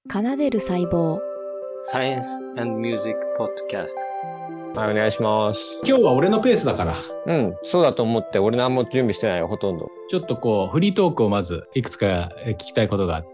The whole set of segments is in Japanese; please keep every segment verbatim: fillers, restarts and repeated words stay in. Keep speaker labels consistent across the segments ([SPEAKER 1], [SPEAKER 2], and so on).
[SPEAKER 1] 奏でる細胞
[SPEAKER 2] Science and Music Podcast。
[SPEAKER 3] はい、お願いします。
[SPEAKER 4] 今日は俺のペースだから。
[SPEAKER 3] うん、そうだと思って、俺何も準備してないよ、ほとんど。
[SPEAKER 4] ちょっとこう、フリートークをまずいくつか聞きたいことがあって、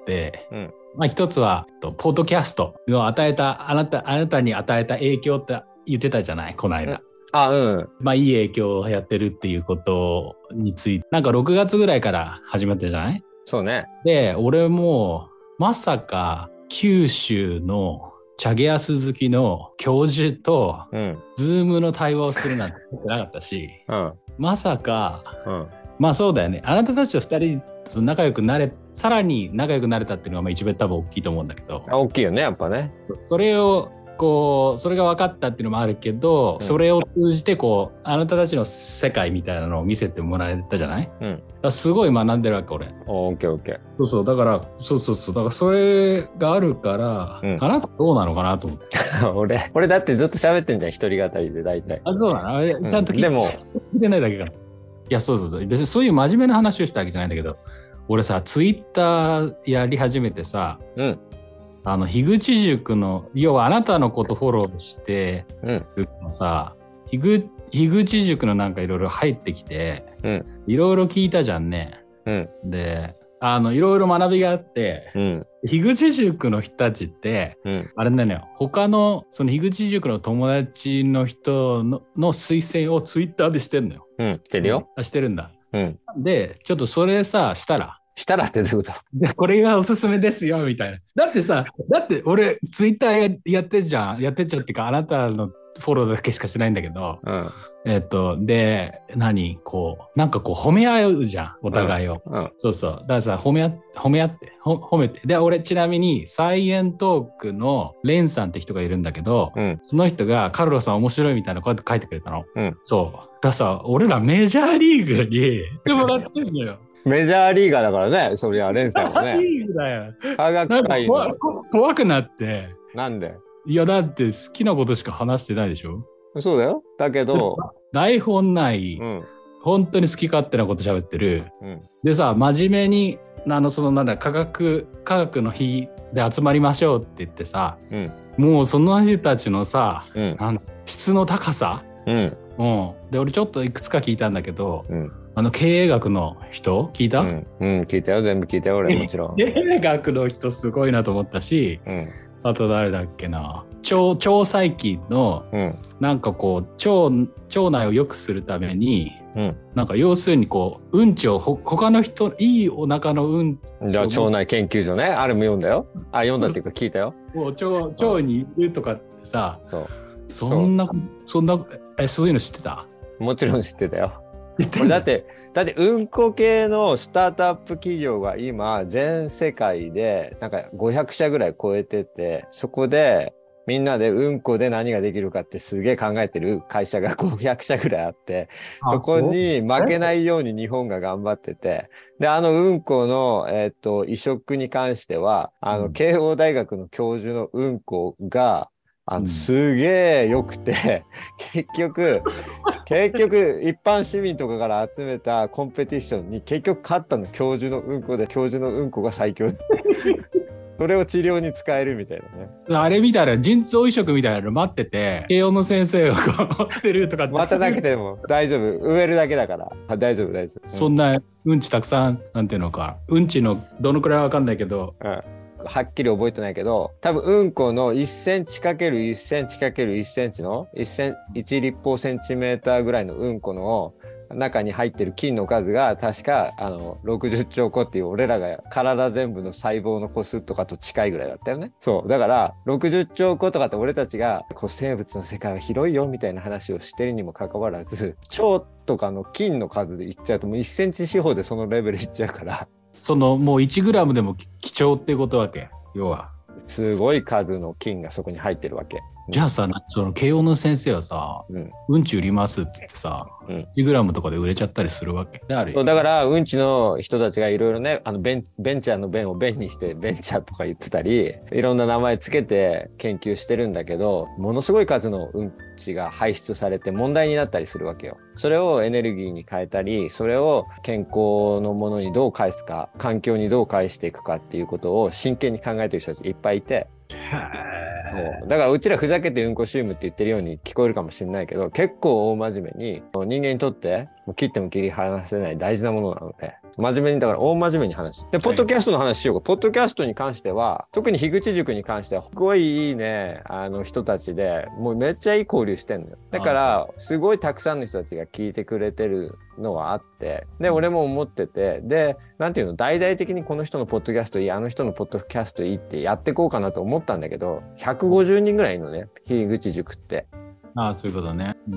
[SPEAKER 4] うん、まあ一つは、ポッドキャストの与えた、あなた、あなたに与えた影響って言ってたじゃない、この間。うん、
[SPEAKER 3] あ、うん。
[SPEAKER 4] まあいい影響をやってるっていうことについて、なんかろくがつぐらいから始まったじゃない？
[SPEAKER 3] そうね。
[SPEAKER 4] で、俺も、まさか、九州のチャゲアス好きの教授と、うん、ズームの対話をするなんて思ってなかったし、うん、まさか、うん、まあそうだよね。あなたたちとふたりと仲良くなれ、さらに仲良くなれたっていうのがまあ一番多分大きいと思うんだけど。
[SPEAKER 3] 大きいよね、やっぱね。
[SPEAKER 4] それを、こう、それが分かったっていうのもあるけど、うん、それを通じてこう、あなたたちの世界みたいなのを見せてもらえたじゃない？うん。だすごい学んでるわけ、俺。
[SPEAKER 3] オッケーオッケー。
[SPEAKER 4] そうそう、だから、そうそうそう、だからそれがあるから、うん、あなたどうなのかなと思って。
[SPEAKER 3] 俺、俺だってずっと喋ってんじゃん、一人語りで大体。
[SPEAKER 4] あ、そうなの？うん、ちゃんと聞いて、
[SPEAKER 3] でも
[SPEAKER 4] 聞いてないだけかな。いや、そうそうそう、別にそういう真面目な話をしたわけじゃないんだけど、俺さ、ツイッターやり始めてさ、うん。あの樋口塾の要はあなたのことフォローしてるのさ、うん、樋口塾のなんかいろいろ入ってきていろいろ聞いたじゃんね、うん、であのいろいろ学びがあって、うん、樋口塾の人たちって、うん、あれだね、他のその樋口塾の友達の人 の, の推薦をツイッターでしてんのよ。
[SPEAKER 3] うん、してるよ。
[SPEAKER 4] あ、してるんだ。うん、でちょっとそれさしたら
[SPEAKER 3] したらってどういうこと？
[SPEAKER 4] じゃあこれがおすすめですよみたいな。だってさ、だって俺ツイッター や, やってんじゃん。やってっちゃうっていうか、あなたのフォローだけしかしてないんだけど、うん、えっとで何こうなんかこう褒め合うじゃん、お互いを、うんうん、そうそう。だからさ、褒め合褒め合って褒めて、で俺ちなみにサイエントークのレンさんって人がいるんだけど、うん、その人がカルロさん面白いみたいなこうやって書いてくれたの、うん、そうだからさ、俺らメジャーリーグに行ってもらってんのよ。
[SPEAKER 3] メジャーリーガーだからね、そりゃレンさんはね。
[SPEAKER 4] リーグだよ。
[SPEAKER 3] 科学界の
[SPEAKER 4] 怖くなって。
[SPEAKER 3] なんで？
[SPEAKER 4] いやだって好きなことしか話してないでしょ。
[SPEAKER 3] そうだよ。だけど
[SPEAKER 4] 台本ない、うん、本当に好き勝手なこと喋ってる、うん、でさ、真面目にあのそのなんだ科学科学の日で集まりましょうって言ってさ、うん、もうその人たちのさ、うん、なん質の高さ、うんうん、で俺ちょっといくつか聞いたんだけど、うん、あの経営学の人聞いた？うん、
[SPEAKER 3] うん、聞いたよ、全部聞いたよ俺もちろん。
[SPEAKER 4] 経営学の人すごいなと思ったし、うん、あと誰だっけな、腸腸細菌の、うん、なんかこう 腸, 腸内を良くするために、うん、なんか要するにこううんちをほ他の人いいお腹のうん
[SPEAKER 3] じゃあ腸内研究所ね、あれも読んだよ。あ、読んだっていうか聞いたよ。
[SPEAKER 4] もう 腸, 腸にいるとかってさ、そうそんなそんなえそういうの知ってた？
[SPEAKER 3] もちろん知ってたよ。だってだってうんこ系のスタートアップ企業が今全世界でなんかごひゃくしゃぐらい超えてて、そこでみんなでうんこで何ができるかってすげえ考えてる会社がごひゃくしゃぐらいあって、そこに負けないように日本が頑張ってて、であのうんこの、えー、っと移植に関してはあの、うん、慶応大学の教授のうんこがあのすげえ良くて、うん、結局結局一般市民とかから集めたコンペティションに結局勝ったの教授のうんこで、教授のうんこが最強それを治療に使えるみたいなね。
[SPEAKER 4] あれみたいな陣痛移植みたいなの待ってて、慶応の先生がこう待ってるとかって、
[SPEAKER 3] 待たなくても大丈夫、植えるだけだから大丈夫大丈夫、うん、
[SPEAKER 4] そんなうんちたくさんなんていうのか、うんちのどのくらいわかんないけど、うん、
[SPEAKER 3] はっきり覚えてないけど、多分うんこのいっセンチかけるいっセンチかけるいっセンチのいち立方センチメーターぐらいのうんこの中に入ってる菌の数が確かあのろくじゅっちょう個っていう俺らが体全部の細胞の個数とかと近いぐらいだったよね。そうだからろくじゅっちょう個とかって俺たちがこう生物の世界は広いよみたいな話をしてるにもかかわらず、腸とかの菌の数でいっちゃうともういっセンチ四方でそのレベルいっちゃうから、
[SPEAKER 4] そのもういちグラムでも貴重っていうことわけ。要は
[SPEAKER 3] すごい数の菌がそこに入ってるわけ。
[SPEAKER 4] じゃあさ、その慶応の先生はさ、うん、うんち売りますって言ってさ、うん、いちグラムとかで売れちゃったりするわけであるよ。
[SPEAKER 3] だからうんちの人たちがいろいろね、あのベンベンチャーのベンをベンにしてベンチャーとか言ってたり、いろんな名前つけて研究してるんだけど、ものすごい数のうんちが排出されて問題になったりするわけよ。それをエネルギーに変えたり、それを健康のものにどう返すか、環境にどう返していくかっていうことを真剣に考えてる人たちいっぱいいて、そうだからうちらふざけてうんこシウムって言ってるように聞こえるかもしれないけど、結構大真面目に人間にとってもう切っても切り離せない大事なものなので、真面目にだから大真面目に話で、ポッドキャストの話しようか。ポッドキャストに関しては、特に樋口塾に関してはすごいいいねあの人たちで、もうめっちゃいい交流してんのよ。だからすごいたくさんの人たちが聞いてくれてるのはあって、で俺も思ってて、でなんていうの、大々的にこの人のポッドキャストいい、あの人のポッドキャストいいってやっていこうかなと思ったんだけど、ひゃくごじゅうにんぐらいいるのね、樋口塾って。
[SPEAKER 4] ああ、そういうことね。うん。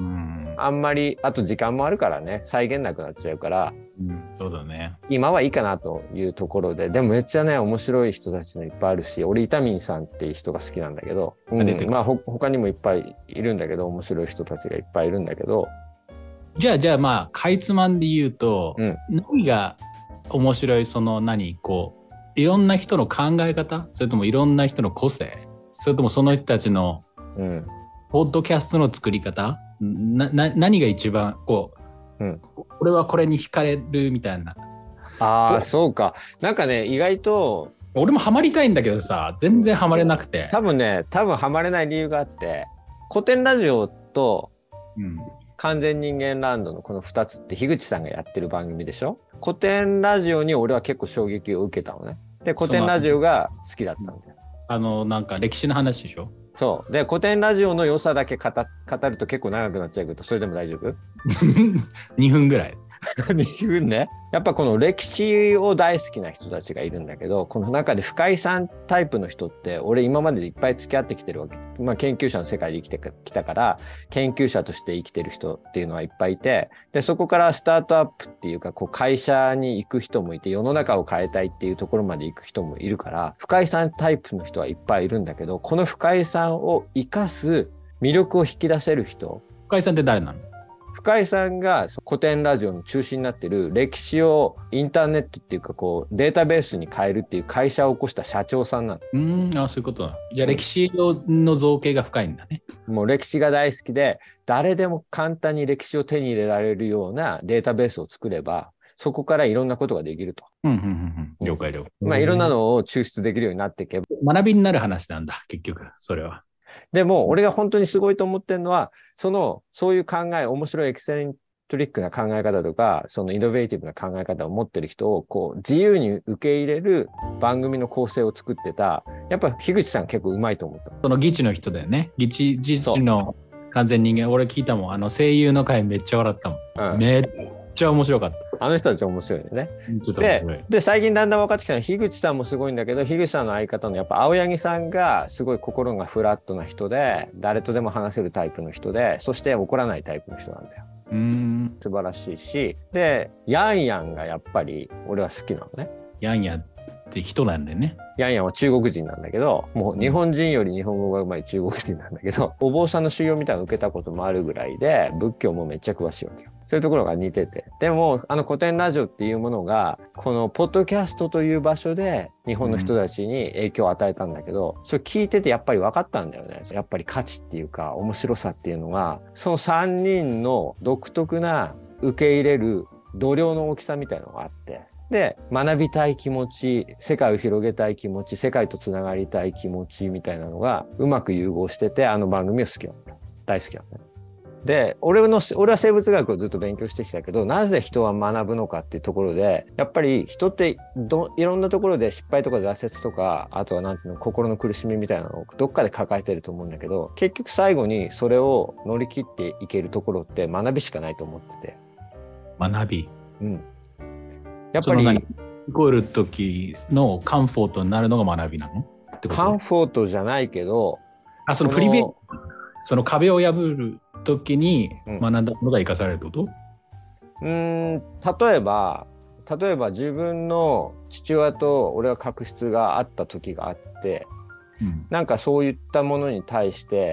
[SPEAKER 3] あんまり、あと時間もあるからね、再現なくなっちゃうから、
[SPEAKER 4] うん、そうだね。
[SPEAKER 3] 今はいいかなというところで、でもめっちゃね、面白い人たちのいっぱいあるし、俺、イタミンさんっていう人が好きなんだけど、うん、まあほ、他にもいっぱいいるんだけど、面白い人たちがいっぱいいるんだけど。
[SPEAKER 4] じゃあ、じゃあまあ、かいつまんで言うと、うん、何が面白い、その何、こう、いろんな人の考え方、それともいろんな人の個性、それともその人たちの、うん、ポッドキャストの作り方、なな何が一番こう、うん、俺はこれに惹かれるみたいな。
[SPEAKER 3] ああ、そうか。なんかね、意外と
[SPEAKER 4] 俺もハマりたいんだけどさ、全然ハマれなくて。
[SPEAKER 3] 多分ね、多分ハマれない理由があって、古典ラジオと完全人間ランドのこのふたつって樋口さんがやってる番組でしょ。古典ラジオに俺は結構衝撃を受けたのね。で、古典ラジオが好きだったんだよ。
[SPEAKER 4] あのなんか歴史の話でしょ。
[SPEAKER 3] そうで、古典ラジオの良さだけ語語ると結構長くなっちゃうけど、それでも大丈夫？
[SPEAKER 4] にふんぐらい。
[SPEAKER 3] にふんね。やっぱこの歴史を大好きな人たちがいるんだけど、この中で深井さんタイプの人って俺今まででいっぱい付き合ってきてるわけ。まあ研究者の世界で生きてきたから、研究者として生きてる人っていうのはいっぱいいて、でそこからスタートアップっていうか、こう会社に行く人もいて、世の中を変えたいっていうところまで行く人もいるから、深井さんタイプの人はいっぱいいるんだけど、この深井さんを生かす魅力を引き出せる人。
[SPEAKER 4] 深井さんって誰なの？
[SPEAKER 3] 深井さんが古典ラジオの中心になってる歴史をインターネットっていうかこうデータベースに変えるっていう会社を起こした社長さんなの。
[SPEAKER 4] うーん、あ、そういうことだ。じゃあ歴史の造形が深いんだね。
[SPEAKER 3] もう歴史が大好きで、誰でも簡単に歴史を手に入れられるようなデータベースを作れば、そこからいろんなことができると。
[SPEAKER 4] うんうんうんうん、了解了解。
[SPEAKER 3] まあいろんなのを抽出できるようになっていけば。
[SPEAKER 4] 学びになる話なんだ、結局、それは。
[SPEAKER 3] でも俺が本当にすごいと思ってるのは、そのそういう考え、面白いエクセレントリックな考え方とか、そのイノベーティブな考え方を持ってる人をこう自由に受け入れる番組の構成を作ってた、やっぱ樋口さん結構うまいと思った。
[SPEAKER 4] その議地の人だよね。議地、議地の完全人間、俺聞いたもん。あの声優の回めっちゃ笑ったもん。うん、めっちゃ面白かった。
[SPEAKER 3] あの人たち面白いよね。で, で最近だんだん分かってきたのは、樋口さんもすごいんだけど、樋口さんの相方のやっぱ青柳さんがすごい心がフラットな人で、誰とでも話せるタイプの人で、そして怒らないタイプの人なんだよ。
[SPEAKER 4] うーん、
[SPEAKER 3] 素晴らしいし、でヤンヤンがやっぱり俺は好きなのね。
[SPEAKER 4] ヤンヤンって人なんだよね。
[SPEAKER 3] ヤンヤンは中国人なんだけど、もう日本人より日本語がうまい中国人なんだけど、お坊さんの修行みたいなのを受けたこともあるぐらいで、仏教もめっちゃ詳しいわけよ。そういうところが似てて、でもあの古典ラジオっていうものがこのポッドキャストという場所で日本の人たちに影響を与えたんだけど、うん、それ聞いててやっぱり分かったんだよね。やっぱり価値っていうか面白さっていうのが、そのさんにんの独特な受け入れる度量の大きさみたいなのがあって、で学びたい気持ち、世界を広げたい気持ち、世界とつながりたい気持ちみたいなのがうまく融合してて、あの番組を好きなの。大好きなのね。で 俺, の俺は生物学をずっと勉強してきたけど、なぜ人は学ぶのかっていうところで、やっぱり人ってどいろんなところで失敗とか挫折とか、あとはなんていうの、心の苦しみみたいなのをどっかで抱えてると思うんだけど、結局最後にそれを乗り切っていけるところって学びしかないと思ってて。
[SPEAKER 4] 学び、
[SPEAKER 3] うん、やっぱり
[SPEAKER 4] 乗り越える時のカンフォートになるのが学びなのってこと？
[SPEAKER 3] カンフォートじゃないけど、
[SPEAKER 4] あ、そのプリベその壁を破る時に学んだものが生かされるってこと？
[SPEAKER 3] うーん、例えば例えば自分の父親と俺は確執があった時があって、うん、なんかそういったものに対して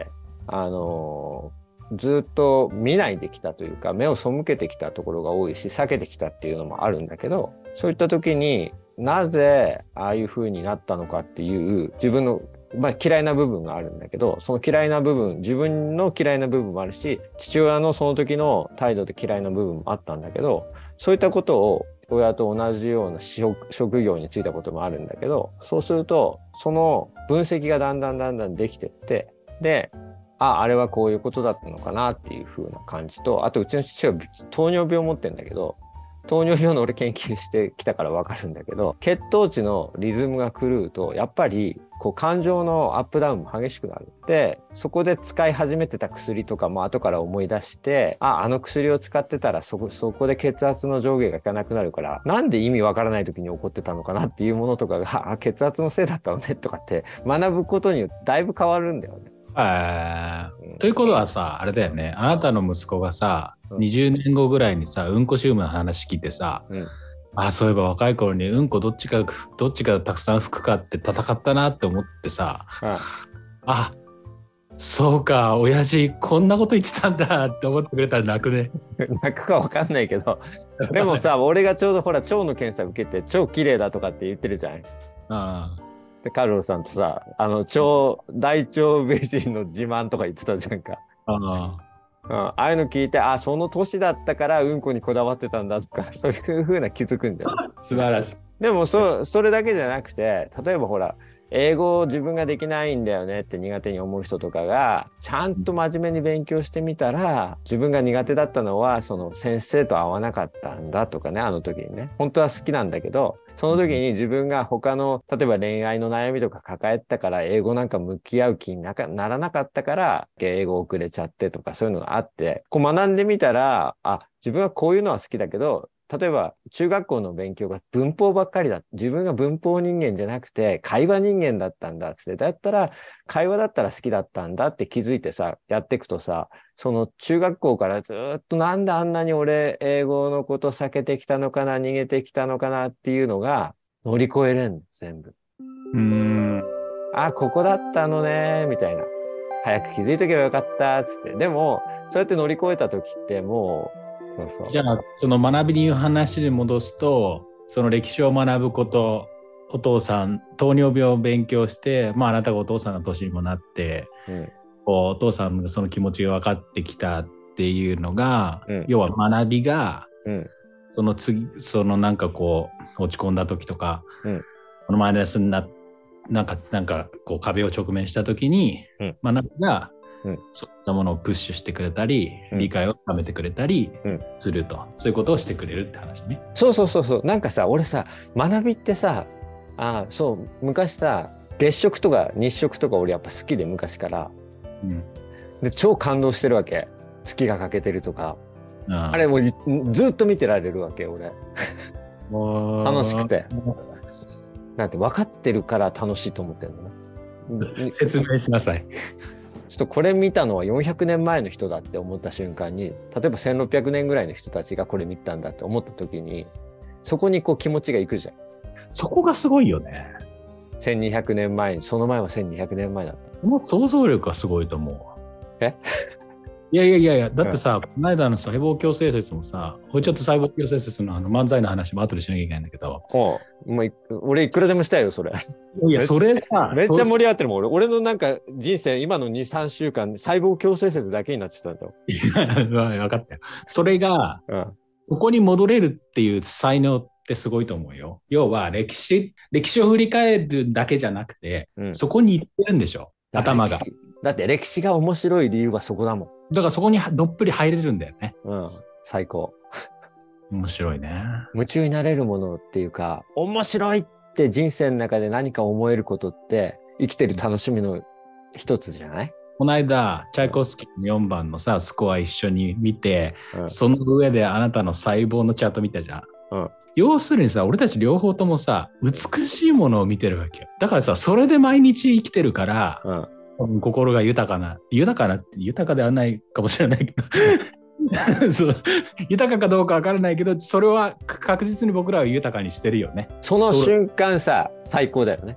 [SPEAKER 3] あのずっと見ないできたというか、目を背けてきたところが多いし、避けてきたっていうのもあるんだけど、そういった時になぜああいう風になったのかっていう自分の、まあ、嫌いな部分があるんだけど、その嫌いな部分、自分の嫌いな部分もあるし、父親のその時の態度で嫌いな部分もあったんだけど、そういったことを親と同じような職業に就いたこともあるんだけど、そうするとその分析がだんだんだんだんできてって、で、あ、あれはこういうことだったのかなっていう風な感じと、あとうちの父は糖尿病を持ってるんだけど、糖尿病の俺研究してきたから分かるんだけど、血糖値のリズムが狂うとやっぱりこう感情のアップダウンも激しくなる。で、そこで使い始めてた薬とかも後から思い出して、あ、あの薬を使ってたらそこ、そこで血圧の上下がいかなくなるから、なんで意味わからない時に起こってたのかなっていうものとかが、あ、血圧のせいだったのねとかって学ぶことによってだいぶ変わるんだよね。
[SPEAKER 4] えーうん、ということはさ、あれだよね、あなたの息子がさ、うん、にじゅうねんごぐらいにさ、うんこシウムの話聞いてさ、うん、あ、そういえば若い頃にうんこどっちかどっちかたくさん吹くかって戦ったなって思ってさ、うん、あ、そうか、親父こんなこと言ってたんだって思ってくれたら泣くね。
[SPEAKER 3] 泣くか分かんないけど、でもさ、俺がちょうどほら腸の検査受けて超綺麗だとかって言ってるじゃん。ああ、でカルロさんとさ、あの腸大腸美人の自慢とか言ってたじゃんか。ああ、うん、ああいうの聞いて、あ、その年だったからうんこにこだわってたんだとか、そういう風な気づくんだよ。
[SPEAKER 4] 素晴らしい。
[SPEAKER 3] でも そ, それだけじゃなくて、例えばほら、英語を自分ができないんだよねって苦手に思う人とかがちゃんと真面目に勉強してみたら、自分が苦手だったのはその先生と合わなかったんだとかね、あの時にね、本当は好きなんだけど、その時に自分が他の例えば恋愛の悩みとか抱えてたから英語なんか向き合う気に な, かならなかったから英語遅れちゃってとか、そういうのがあって、こう学んでみたら、あ、自分はこういうのは好きだけど、例えば中学校の勉強が文法ばっかりだ、自分が文法人間じゃなくて会話人間だったんだって、だったら会話だったら好きだったんだって気づいてさ、やっていくとさ、その中学校からずっとなんであんなに俺英語のこと避けてきたのかな、逃げてきたのかなっていうのが乗り越えれんの全部。うーん、あ、ここだったのねみたいな、早く気づいとけばよかったっつって。でもそうやって乗り越えた時ってもう、そうそう、
[SPEAKER 4] じゃあその学びに話に戻すと、その歴史を学ぶこと、お父さん糖尿病を勉強して、まあ、あなたがお父さんの年にもなって、うん、こうお父さんがその気持ちが分かってきたっていうのが、うん、要は学びが、うん、その次そのなんかこう落ち込んだ時とか、うん、このマイナスにななんかなんかこう壁を直面した時に、うん、学びがうん、そういったものをプッシュしてくれたり、うん、理解を深めてくれたりすると、うん、そういうことをしてくれるって話ね。
[SPEAKER 3] そうそうそうそう。なんかさ、俺さ、学びってさ、あ、そう昔さ、月食とか日食とか俺やっぱ好きで昔から、うん、で超感動してるわけ。月が欠けてるとか、あ, あれもうずっと見てられるわけ俺。楽しくて。なんて分かってるから楽しいと思ってるのね。
[SPEAKER 4] 説明しなさい。
[SPEAKER 3] ちょっとこれ見たのはよんひゃくねんまえの人だって思った瞬間に、例えばせんろっぴゃくねんぐらいの人たちがこれ見たんだって思った時に、そこにこう気持ちがいくじゃん。
[SPEAKER 4] そこがすごいよね。
[SPEAKER 3] せんにひゃくねんまえに、その前はせんにひゃくねんまえだった。
[SPEAKER 4] この想像力がすごいと思う。
[SPEAKER 3] え
[SPEAKER 4] いやいやいやいや、だってさ、うん、この間の細胞共生説もさ、これちょっと細胞共生説のあの漫才の話も後でしなきゃいけないんだけど、
[SPEAKER 3] おう、もう俺いくらでもしたいよそれ。
[SPEAKER 4] いやそれさ、
[SPEAKER 3] めっちゃ盛り上がってるもん。俺俺のなんか人生今のにさんしゅうかん細胞共生説だけになっちゃったんだよ。
[SPEAKER 4] いや分かったよ。それが、うん、ここに戻れるっていう才能ってすごいと思うよ。要は歴史歴史を振り返るだけじゃなくて、うん、そこに行ってるんでしょ、頭が。
[SPEAKER 3] だって歴史が面白い理由はそこだもん。
[SPEAKER 4] だからそこにどっぷり入れるんだよね。
[SPEAKER 3] うん、最高。
[SPEAKER 4] 面白いね。
[SPEAKER 3] 夢中になれるものっていうか、面白いって人生の中で何か思えることって生きてる楽しみの一つじゃない？
[SPEAKER 4] この間チャイコフスキーのよんばんのさスコア一緒に見て、うん、その上であなたの細胞のチャート見たじゃん。うん、要するにさ、俺たち両方ともさ美しいものを見てるわけよ。だからさ、それで毎日生きてるから、うん、心が豊かな豊かなって豊かではないかもしれないけどそう豊かかどうかわからないけど、それは確実に僕らは豊かにしてるよね。
[SPEAKER 3] その瞬間さ最高だよね。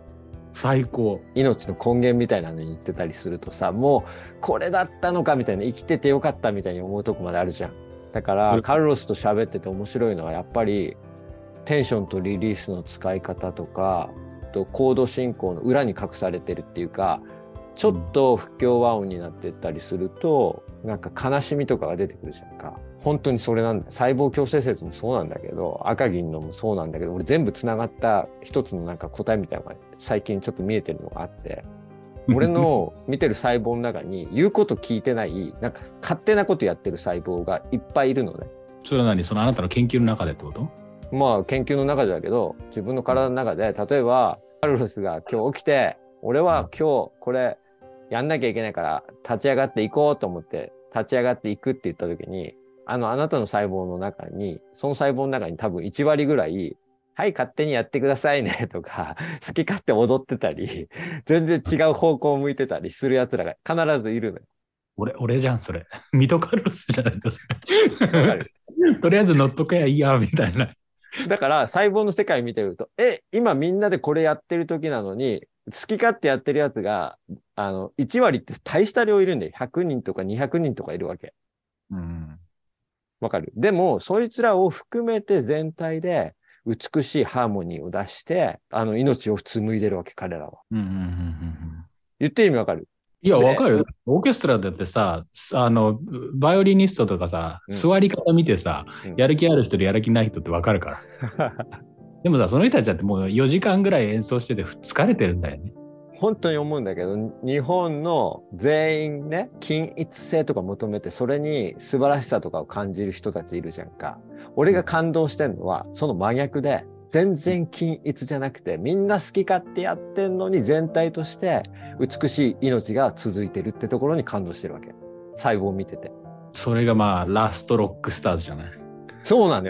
[SPEAKER 4] 最高。
[SPEAKER 3] 命の根源みたいなのに言ってたりするとさ、もうこれだったのかみたいな、生きててよかったみたいに思うとこまであるじゃん。だからカルロスと喋ってて面白いのはやっぱりテンションとリリースの使い方とかとコード進行の裏に隠されてるっていうか、ちょっと不協和音になってったりするとなんか悲しみとかが出てくるじゃんか。本当にそれなんだ。細胞共生説もそうなんだけど、赤銀のもそうなんだけど、俺全部つながった一つのなんか答えみたいなのが最近ちょっと見えてるのがあって俺の見てる細胞の中に言うこと聞いてないなんか勝手なことやってる細胞がいっぱいいるのね。
[SPEAKER 4] それは何？そのあなたの研究の中でってこと？
[SPEAKER 3] まあ研究の中だけど、自分の体の中で例えばカルロスが今日起きて、俺は今日これやんなきゃいけないから立ち上がっていこうと思って立ち上がっていくって言った時に、あのあなたの細胞の中に、その細胞の中に多分いち割ぐらい、はい勝手にやってくださいねとか好き勝手踊ってたり全然違う方向を向いてたりするやつらが必ずいるのよ。
[SPEAKER 4] 俺俺じゃんそれ。ミトカルロスじゃないかそれ。
[SPEAKER 3] わかる
[SPEAKER 4] とりあえず乗っとけやいいやみたいな。
[SPEAKER 3] だから細胞の世界見てると、え今みんなでこれやってる時なのに好き勝手やってるやつがあのいち割って大した量いるんでひゃくにんとかにひゃくにんとかいるわけ。
[SPEAKER 4] うん。
[SPEAKER 3] わかる。でもそいつらを含めて全体で美しいハーモニーを出してあの命を紡いでるわけ、彼らは。
[SPEAKER 4] うんうんうんうん。
[SPEAKER 3] 言ってる意味わかる？
[SPEAKER 4] いやわかる。オーケストラだってさ、あのバイオリニストとかさ、うん、座り方見てさ、うん、やる気ある人とやる気ない人ってわかるからでもさ、その人たちだってもうよじかんぐらい演奏してて疲れてるんだよね。
[SPEAKER 3] 本当に思うんだけど、日本の全員ね、均一性とか求めてそれに素晴らしさとかを感じる人たちいるじゃんか。俺が感動してんのはその真逆で、全然均一じゃなくてみんな好き勝手やってんのに全体として美しい命が続いてるってところに感動してるわけ、細胞を見てて。
[SPEAKER 4] それがまあラストロックスターズじゃない？
[SPEAKER 3] そうなのよ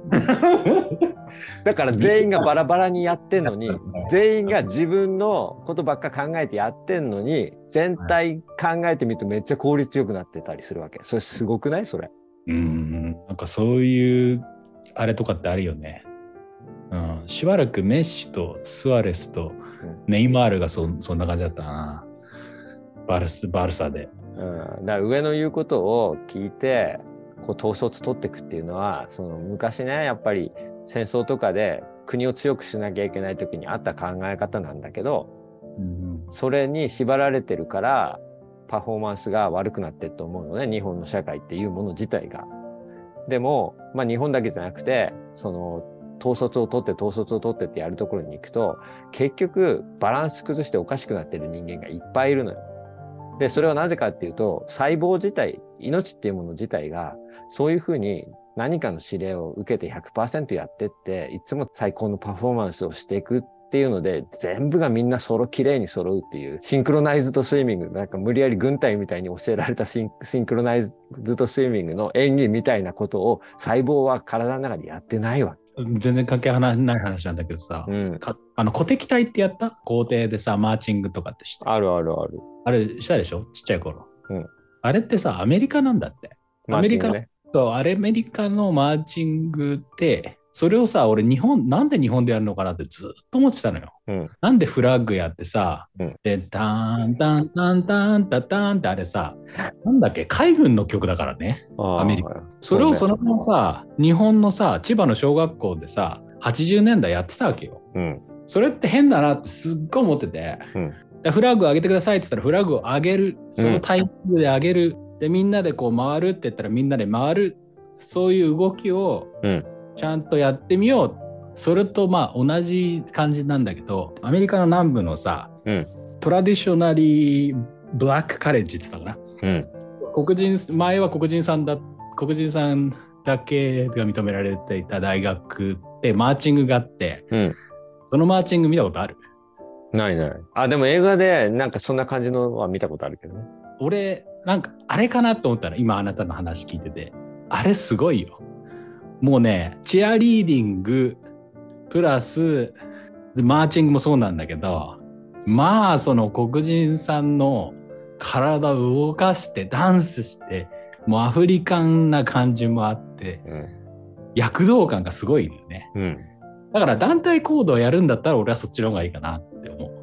[SPEAKER 3] だから全員がバラバラにやってんのに全員が自分のことばっか考えてやってんのに全体考えてみるとめっちゃ効率よくなってたりするわけ。それすごくない？それ。
[SPEAKER 4] うーん、なんかそういうあれとかってあるよね。うん、しばらくメッシとスアレスとネイマールが そ, そんな感じだったな、バルスバルサで。
[SPEAKER 3] うん、だから上の言うことを聞いてこう統率取っていくっていうのは、その昔ねやっぱり戦争とかで国を強くしなきゃいけない時にあった考え方なんだけど、うんうん、それに縛られてるからパフォーマンスが悪くなってると思うのね、日本の社会っていうもの自体が。でも、まあ、日本だけじゃなくてその統率を取って統率を取ってってやるところに行くと結局バランス崩しておかしくなってる人間がいっぱいいるのよ。でそれはなぜかっていうと、細胞自体、命っていうもの自体がそういうふうに何かの指令を受けて ひゃくパーセント やってっていつも最高のパフォーマンスをしていくっていうので、全部がみんな揃きれいに揃うっていうシンクロナイズドスイミング、なんか無理やり軍隊みたいに教えられたシン、シンクロナイズドスイミングの演技みたいなことを細胞は体の中でやってないわけ。
[SPEAKER 4] 全然関係ない話なんだけどさ、うん、あの鼓笛隊ってやった？校庭でさマーチングとかってして。
[SPEAKER 3] あるあるある。
[SPEAKER 4] あれしたでしょ、ちっちゃい頃、うん、あれってさアメリカなんだって。アメリカ、ね、アメリカのマーチングってそれをさ、俺日本なんで日本でやるのかなってずっと思ってたのよ、うん、なんでフラッグやってさ、うん、でターンタンタンタンタタンってあれさ、なんだっけ、海軍の曲だからね、アメリカ。それをそのままさ、日本のさ千葉の小学校でさはちじゅうねんだいやってたわけよ、うん、それって変だなってすっごい思ってて、うん、フラッグを上げてくださいって言ったらフラッグを上げる、そのタイミングで上げる、うん、でみんなでこう回るって言ったらみんなで回る、そういう動きをちゃんとやってみよう、うん、それとまあ同じ感じなんだけど、アメリカの南部のさ、うん、トラディショナリーブラックカレッジって言ったかな、うん、黒人、前は黒人さんだ黒人さんだけが認められていた大学でマーチングがあって、うん、そのマーチング見たことある？
[SPEAKER 3] ないない。あ、でも映画でなんかそんな感じのは見たことあるけどね。
[SPEAKER 4] 俺なんかあれかなと思ったら、今あなたの話聞いてて、あれすごいよ。もうね、チアリーディングプラスマーチングもそうなんだけど、まあその黒人さんの体を動かしてダンスして、もうアフリカンな感じもあって、うん、躍動感がすごいよね、うん、だから団体行動をやるんだったら俺はそっちの方がいいかなって思う。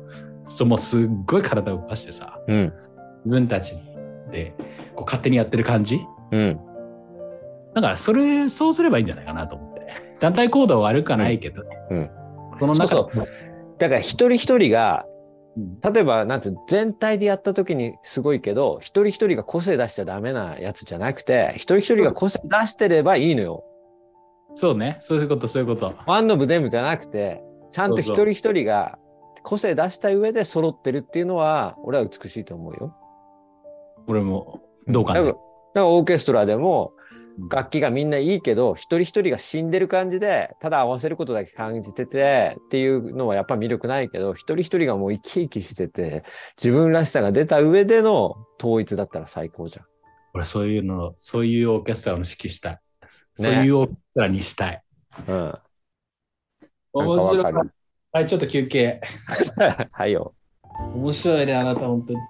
[SPEAKER 4] そもすっごい体を動かしてさ、
[SPEAKER 3] うん、
[SPEAKER 4] 自分たちでこう勝手にやってる感じ、
[SPEAKER 3] うん、
[SPEAKER 4] だからそれそうすればいいんじゃないかなと思って。団体行動は悪くはないけど、
[SPEAKER 3] うんうん、
[SPEAKER 4] その中
[SPEAKER 3] そうそうだから一人一人が例えばなんて全体でやった時にすごいけど、一人一人が個性出しちゃダメなやつじゃなくて、一人一人が個性出してればいいのよ。
[SPEAKER 4] そうね、そういうことそういうこと。
[SPEAKER 3] ワンオブデムじゃなくて、ちゃんと一人一人が個性出した上で揃ってるっていうのは俺は美しいと思うよ。
[SPEAKER 4] 俺もどうかね。
[SPEAKER 3] だから、だからオーケストラでも楽器がみんないいけど、一人一人が死んでる感じでただ合わせることだけ感じててっていうのはやっぱ魅力ないけど、一人一人がもう生き生きしてて自分らしさが出た上での統一だったら最高じゃん。
[SPEAKER 4] 俺そういうのそういうオーケストラの指揮したい、ね、そういうオーケストラにしたい。うん。面白い。はい、ちょっと休憩。
[SPEAKER 3] はいよ。
[SPEAKER 4] 面白いね、あなた本当に。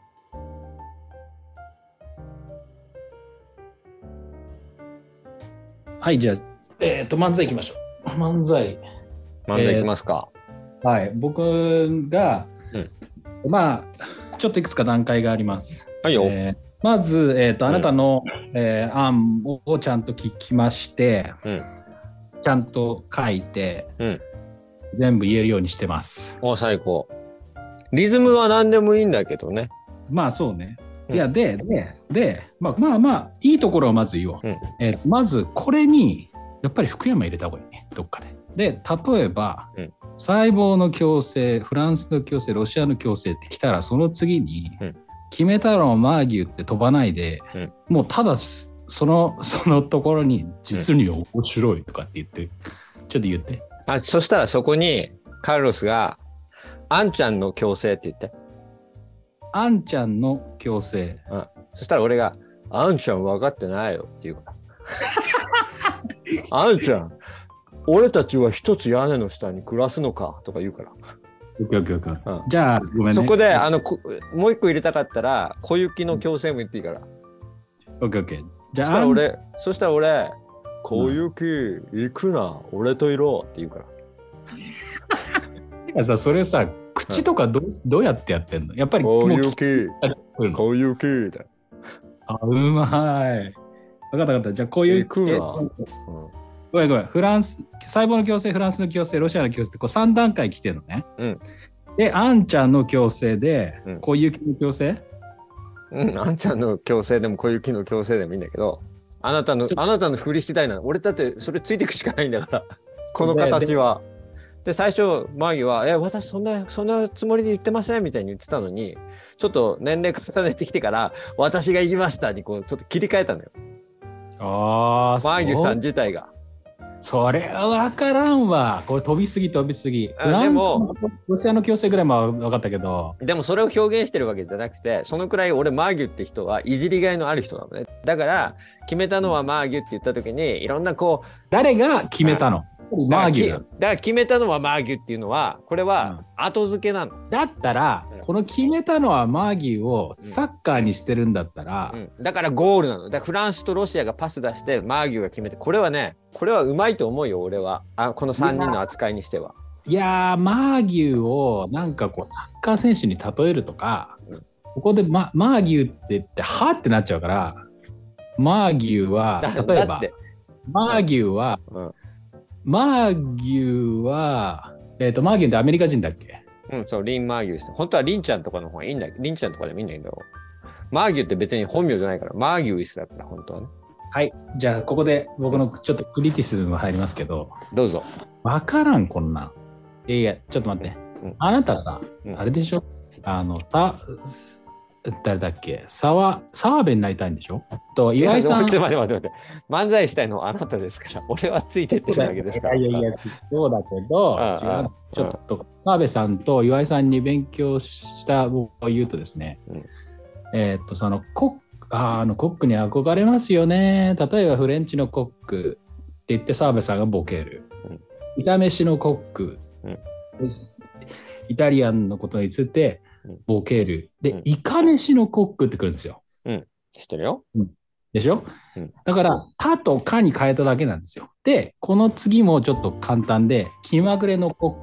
[SPEAKER 4] はい、じゃあ、えっと、漫才いきましょう。漫才。
[SPEAKER 3] 漫才いきますか。
[SPEAKER 4] えー、はい、僕が、うん、まあ、ちょっといくつか段階があります。
[SPEAKER 3] はいよ。
[SPEAKER 4] えー、まず、えーと、あなたの、うんえー、案をちゃんと聞きまして、うん、ちゃんと書いて、うん、全部言えるようにしてます。
[SPEAKER 3] お、最高。リズムは何でもいいんだけどね。
[SPEAKER 4] まあ、そうね。いやででで、まあ、まあまあいいところをまず言おう、うんえー、まずこれにやっぱり福山入れた方がいいね、どっかで。で例えば、うん、細胞の共生、フランスの共生、ロシアの共生ってきたら、その次に、うん、決めたのマーギュって飛ばないで、うん、もうただそのそのところに実に面白いとかって言って、うん、ちょっと言って。
[SPEAKER 3] あ、そしたらそこにカルロスがあんちゃんの共生って言って。
[SPEAKER 4] あんちゃんの共生、
[SPEAKER 3] うん、そしたら俺があんちゃん分かってないよって言うからあんちゃん俺たちは一つ屋根の下に暮らすのかとか言うから。
[SPEAKER 4] オッケーオッケーオッケー、うん、じゃあごめんね。
[SPEAKER 3] そこであのもう一個入れたかったら小雪の共生も言っていいから。
[SPEAKER 4] オッケーオッケー。じゃあ
[SPEAKER 3] そしたら俺そしたら俺小雪行くな、うん、俺といろって言うから。
[SPEAKER 4] いやさ、それさ口とかどう、どうやってやってんの？やっぱり
[SPEAKER 3] 小雪小雪だ。
[SPEAKER 4] あ、うまい。分かった分かった。じゃあこういう、
[SPEAKER 3] うん、
[SPEAKER 4] ごめんごめん。フランス、細胞の共生、フランスの共生、ロシアの共生ってこうさん段階来てるのね。うん、で、あんちゃんの共生で、うん、小雪の共生？
[SPEAKER 3] うん、あんちゃんの共生でも小雪の共生でもいいんだけど、あなたのあなたの振り次第なの。俺だってそれついていくしかないんだからこの形は。で最初マーギは「え私そんなそんなつもりで言ってません」みたいに言ってたのに、ちょっと年齢重ねてきてから「私が言いました」にこうちょっと切り替えたのよ。
[SPEAKER 4] ああ、
[SPEAKER 3] マーギさん自体が。
[SPEAKER 4] それは分からんわ。これ飛びすぎ飛びすぎ。フランスのロシアの共生ぐらいも分かったけど。
[SPEAKER 3] でもそれを表現してるわけじゃなくて、そのくらい俺マーギュって人はいじりがいのある人なのね。だから決めたのはマーギュって言った時にいろんなこう
[SPEAKER 4] 誰が決めたの？マーギュ
[SPEAKER 3] だから決めたのはマーギュっていうのはこれは後付けなの、
[SPEAKER 4] うん、だったら、うん、この決めたのはマーギュをサッカーにしてるんだったら、
[SPEAKER 3] うんうん、だからゴールなの。だからフランスとロシアがパス出してマーギュが決めて、これはねこれはうまいと思うよ俺は。あこのさんにんの扱いにしては。
[SPEAKER 4] いやーマーギュをなんかこうサッカー選手に例えるとか、うん、ここで、ま、マーギュって言ってはってなっちゃうから、マーギュは例えばマーギュは、うんうんマーギュは、えっと、マーギュってアメリカ人だっけ？
[SPEAKER 3] うん、そう、リン・マーギュです。本当はリンちゃんとかの方がいいんだけど、リンちゃんとかでもいいんだけど、マーギュって別に本名じゃないから、マーギュイスだから、本当はね。
[SPEAKER 4] はい、じゃあここで僕のちょっとクリティシズムが入りますけど、
[SPEAKER 3] どうぞ。
[SPEAKER 4] わからん、こんなん。いやいや、ちょっと待って。うん、あなたさ、うん、あれでしょ？あの、さ、誰だっけ沢澤部になりたいんでしょと岩井さん。
[SPEAKER 3] ちょっと待って待って待って漫才したいのはあなたですから俺はついてってるだけですから。
[SPEAKER 4] いやいやいやそうだけどああ違うちょっと澤部さんと岩井さんに勉強したを言うとですね、うん、えー、っとそのコックあのコックに憧れますよね。例えばフレンチのコックって言って澤部さんがボケる、うん、炒めしのコック、うん、イタリアンのことについてボケる。で、うん、イカ飯のコックってくるんですよ。
[SPEAKER 3] うん。知ってるよ。
[SPEAKER 4] うん、でしょ、うん、だから、タとカに変えただけなんですよ。で、この次もちょっと簡単で、気まぐれのコック。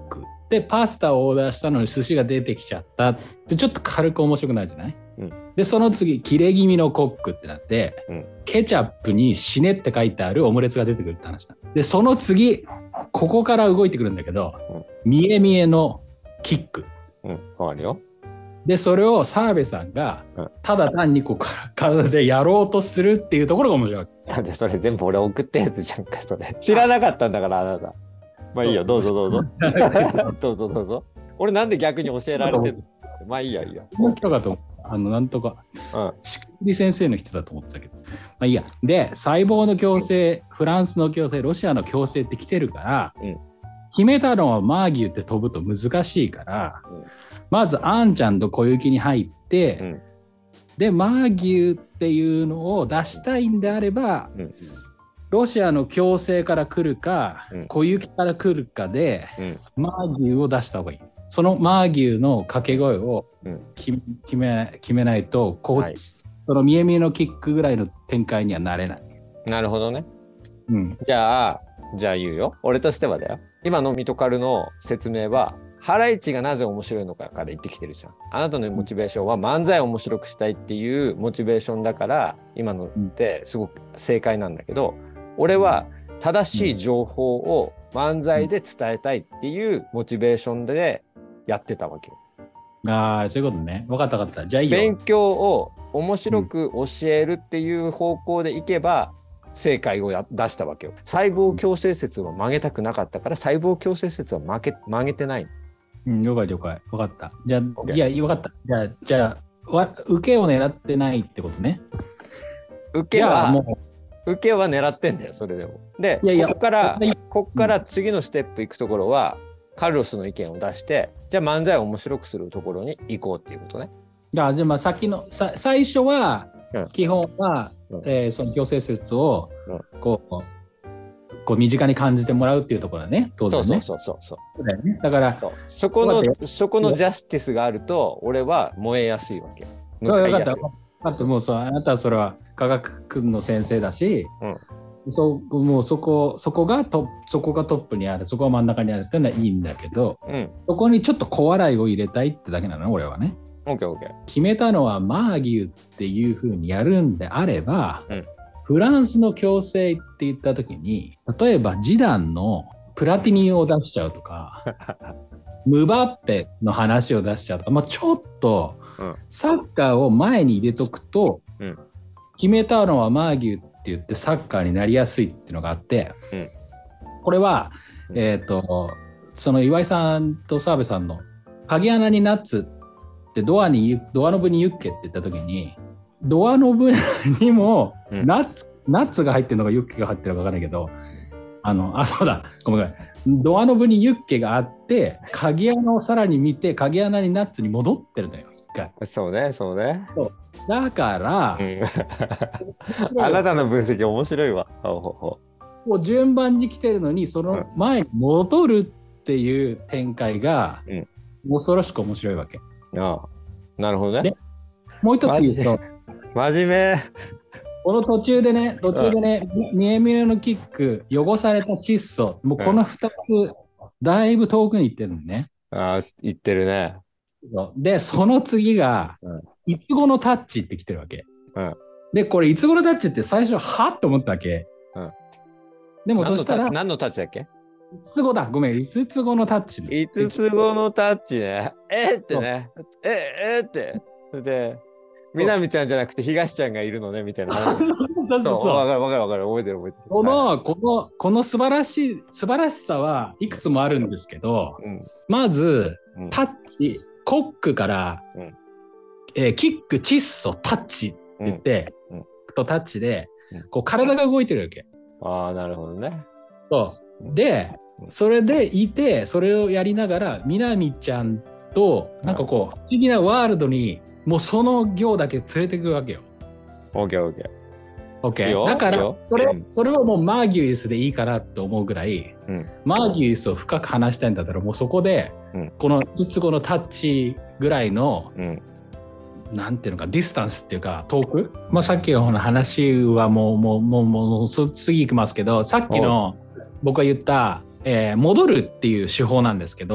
[SPEAKER 4] でパスタをオーダーしたのに寿司が出てきちゃったでちょっと軽く面白くなるじゃない、うん、でその次切れ気味のコックってなって、うん、ケチャップに死ねって書いてあるオムレツが出てくるって話だ。でその次ここから動いてくるんだけど、うん、見え見えのキック、
[SPEAKER 3] うん、変わるよ。
[SPEAKER 4] でそれを澤部さんがただ単にこう体でやろうとするっていうところが面白い。
[SPEAKER 3] なんでそれ全部俺送ったやつじゃんかそれ。知らなかったんだからあなた。まあいいよどうぞどうぞ。どうぞどうぞ。俺なんで逆に教えられてるの。まあいいやいいや。
[SPEAKER 4] 面白かった。あのなんとか、うん、しくり先生の人だと思ってたけど。まあいいや。で細胞の共生、フランスの共生、ロシアの共生って来てるから、うん、決めたのはマーギュって飛ぶと難しいから。うん、まずアンちゃんと小雪に入って、うん、でマーギュっていうのを出したいんであれば、うん、ロシアの共生から来るか、うん、小雪から来るかで、うん、マーギュを出した方がいい。そのマーギュの掛け声を決め、決めないとこう、はい、その見え見えのキックぐらいの展開にはなれない。
[SPEAKER 3] なるほどね、
[SPEAKER 4] うん、
[SPEAKER 3] じゃあじゃあ言うよ。俺としてはだよ。今のミトカルの説明はハライチがなぜ面白いのかから言ってきてるじゃん。あなたのモチベーションは漫才を面白くしたいっていうモチベーションだから今のってすごく正解なんだけど、俺は正しい情報を漫才で伝えたいっていうモチベーションでやってたわけよ。
[SPEAKER 4] ああそういうことね。分かった分かった。じゃあいいよ。
[SPEAKER 3] 勉強を面白く教えるっていう方向でいけば正解をや出したわけよ。細胞共生説は曲げたくなかったから細胞共生説は曲げ、曲げてない。
[SPEAKER 4] うん、了解了解。分かった。じゃあ、okay. いや、分かった。じゃあ、じゃあわ、受けを狙ってないってことね。
[SPEAKER 3] 受けは、もう受けは狙ってんだよ、それでも。で、いやいやここから、ここから次のステップ行くところは、うん、カルロスの意見を出して、じゃあ漫才を面白くするところに行こうっていうことね。
[SPEAKER 4] じゃあ、じゃあまあ先の、さ最初は、うん、基本は、うんえー、その共生説を、うん、こう、こう身近に感じてもらうっていうところだね。当然ね。
[SPEAKER 3] そうそうそうそう。
[SPEAKER 4] そうだよね。だから
[SPEAKER 3] そこのそこのジャスティスがあると俺は燃えやすいわけ。
[SPEAKER 4] 分かった。だってもうさあなたはそれは科学の先生だし、うん、そもうそこそこがトそこがトップにある、そこが真ん中にあるっていうのはいいんだけど、うん、そこにちょっと小笑いを入れたいってだけなの俺はね。
[SPEAKER 3] オッケーオッケー。
[SPEAKER 4] 決めたのはマーギュっていう風にやるんであれば。うんフランスの共生って言った時に例えばジダンのプラティニを出しちゃうとかムバッペの話を出しちゃうとか、まあ、ちょっとサッカーを前に入れとくと、うん、決めたのはマーギュって言ってサッカーになりやすいっていうのがあって、うん、これは、うん、えっとその岩井さんと澤部さんの鍵穴にナッツってドアにドアノブにユッケって言った時にドアノブにもナッツ、うん、ナッツが入ってるのかユッケが入ってるのか分かんないけどあのあそうだごめんごめんドアノブにユッケがあって鍵穴をさらに見て鍵穴にナッツに戻ってるのよ一回。
[SPEAKER 3] そうねそうね
[SPEAKER 4] そうだから、
[SPEAKER 3] うん、あなたの分析面白いわ。ほうほうほ
[SPEAKER 4] うもう順番に来てるのにその前に戻るっていう展開が、うん、恐ろしく面白いわけ。
[SPEAKER 3] ああなるほどね。
[SPEAKER 4] もう一つ言うと
[SPEAKER 3] 真面目。
[SPEAKER 4] この途中でね、途中でね、見え見えのキック、汚された窒素、もうこのふたつ、だいぶ遠くに行ってるのね。
[SPEAKER 3] ああ、行ってるね。
[SPEAKER 4] で、その次が、うん、いつごのタッチって来てるわけ。うん、で、これ、いつごのタッチって最初、はって思ったわけ。うん、でも、そしたら、
[SPEAKER 3] 何のタッチだっけ？
[SPEAKER 4] いつごだ。ごめん、いつつごのタッチ。
[SPEAKER 3] いつつごのタッチね。えー、ってね。え、えー、って。で、みなみちゃんじゃなくて東ちゃんがいるのねみたいな話。そう
[SPEAKER 4] そうそう。
[SPEAKER 3] わかるわかるわかる。覚えてる覚えてる。
[SPEAKER 4] この、はい、この、この素晴らしい、素晴らしさはいくつもあるんですけど、うん、まず、うん、タッチ、コックから、うんえー、キック、窒素、タッチって言って、うんうん、とタッチで、こう体が動いてるわけ。
[SPEAKER 3] ああ、なるほどね。
[SPEAKER 4] そう。で、それでいて、それをやりながら、みなみちゃんと、なんかこう、不思議なワールドに、もうその行だけ連れてくわけよ。
[SPEAKER 3] オッケーオッケー。
[SPEAKER 4] オッケー。だからそれ、うん、それをもうマーギュイスでいいかなと思うぐらい、うん、マーギュイスを深く話したいんだったらもうそこで、うん、このいつつごのタッチぐらいの、うん、なんていうのかディスタンスっていうか遠く、まあ、さっきの話はもうもうもうもう次行きますけど、さっきの僕が言った、えー、戻るっていう手法なんですけど、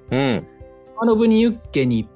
[SPEAKER 3] うん。
[SPEAKER 4] 山の国ユッケに行って、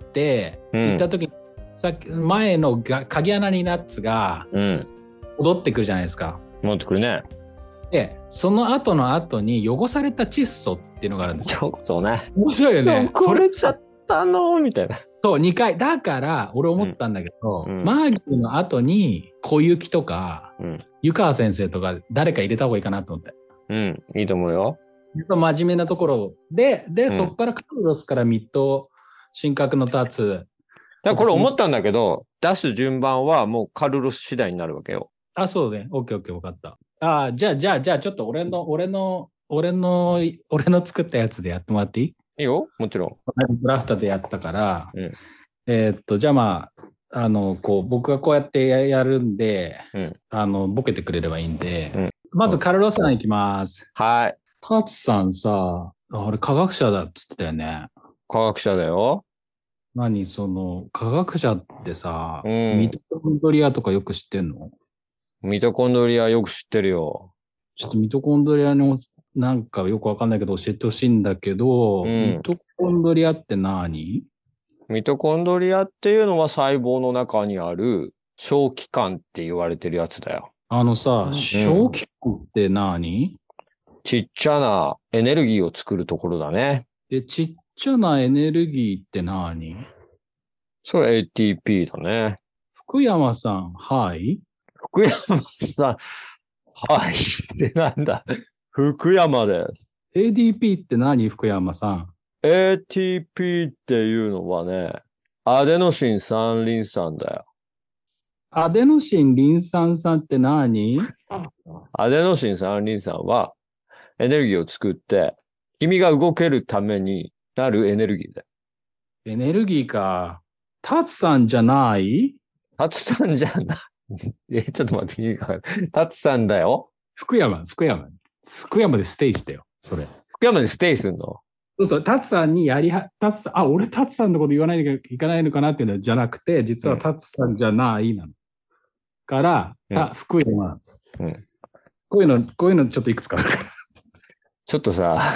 [SPEAKER 3] うん、
[SPEAKER 4] 行った時にさっき前のが鍵穴にナッツが戻ってくるじゃないですか。
[SPEAKER 3] 戻ってくるね。
[SPEAKER 4] で、その後の後に汚された窒素っていうのがあるんですよ。
[SPEAKER 3] そうね。
[SPEAKER 4] 面白いよね。
[SPEAKER 3] 汚れちゃったのみたいな。
[SPEAKER 4] そう、にかい。だから俺思ったんだけど、うん、マーギーの後に小雪とか、うん、湯川先生とか誰か入れた方がいいかなと思って。
[SPEAKER 3] うん、いいと思うよ。
[SPEAKER 4] 真面目なところで、で、うん、そこからカルロスからミッド、神格のタツ。
[SPEAKER 3] だこれ思ったんだけど、出す順番はもうカルロス次第になるわけよ。
[SPEAKER 4] あ、そうね。オッケーオッケー、分かった。あ、じゃあ、じゃあ、じゃあ、ちょっと俺の、俺の、俺の、俺の作ったやつでやってもらっていい？い
[SPEAKER 3] いよ、もちろん。
[SPEAKER 4] ドラフトでやったから、
[SPEAKER 3] うん、
[SPEAKER 4] えー、っと、じゃあまあ、あの、こう、僕がこうやってやるんで、うん、あの、ボケてくれればいいんで、うん、まずカルロスさんいきます。
[SPEAKER 3] はい。
[SPEAKER 4] タツさんさ、あれ科学者だっつってたよね。
[SPEAKER 3] 科学者だよ。
[SPEAKER 4] 何その、科学者ってさ、
[SPEAKER 3] うん、
[SPEAKER 4] ミトコンドリアとかよく知ってんの？
[SPEAKER 3] ミトコンドリアよく知ってるよ。
[SPEAKER 4] ちょっとミトコンドリアのなんかよくわかんないけど教えてほしいんだけど、うん、ミトコンドリアって何？
[SPEAKER 3] ミトコンドリアっていうのは細胞の中にある小器官って言われてるやつだよ。
[SPEAKER 4] あのさ、うん、小器官って何？
[SPEAKER 3] ちっちゃなエネルギーを作るところだね。
[SPEAKER 4] で、ちっちゃなエネルギーって何？
[SPEAKER 3] それ エーティーピー だね。
[SPEAKER 4] 福山さん、はい。
[SPEAKER 3] 福山さん、はいってなんだ。福山です。
[SPEAKER 4] エーディーピー って何？福山さん。
[SPEAKER 3] エーティーピー っていうのはね、アデノシン三リン酸だよ。
[SPEAKER 4] アデノシンリン酸酸って何？
[SPEAKER 3] アデノシン三リン酸はエネルギーを作って、君が動けるためになるエネルギーだよ。
[SPEAKER 4] エネルギーか。タツさんじゃない？
[SPEAKER 3] タツさんじゃない。え、ちょっと待っていいか。タツさんだよ。
[SPEAKER 4] 福山、福山。福山でステイしてよ、それ。
[SPEAKER 3] 福山でステイすんの？
[SPEAKER 4] そうそう、タツさんにやりは、タツさん、あ、俺タツさんのこと言わないといけないのかなっていうのじゃなくて、実はタツさんじゃないなの。から、うん、た福山、うん。こういうの、こういうのちょっといくつかあるから。
[SPEAKER 3] ちょっとさ、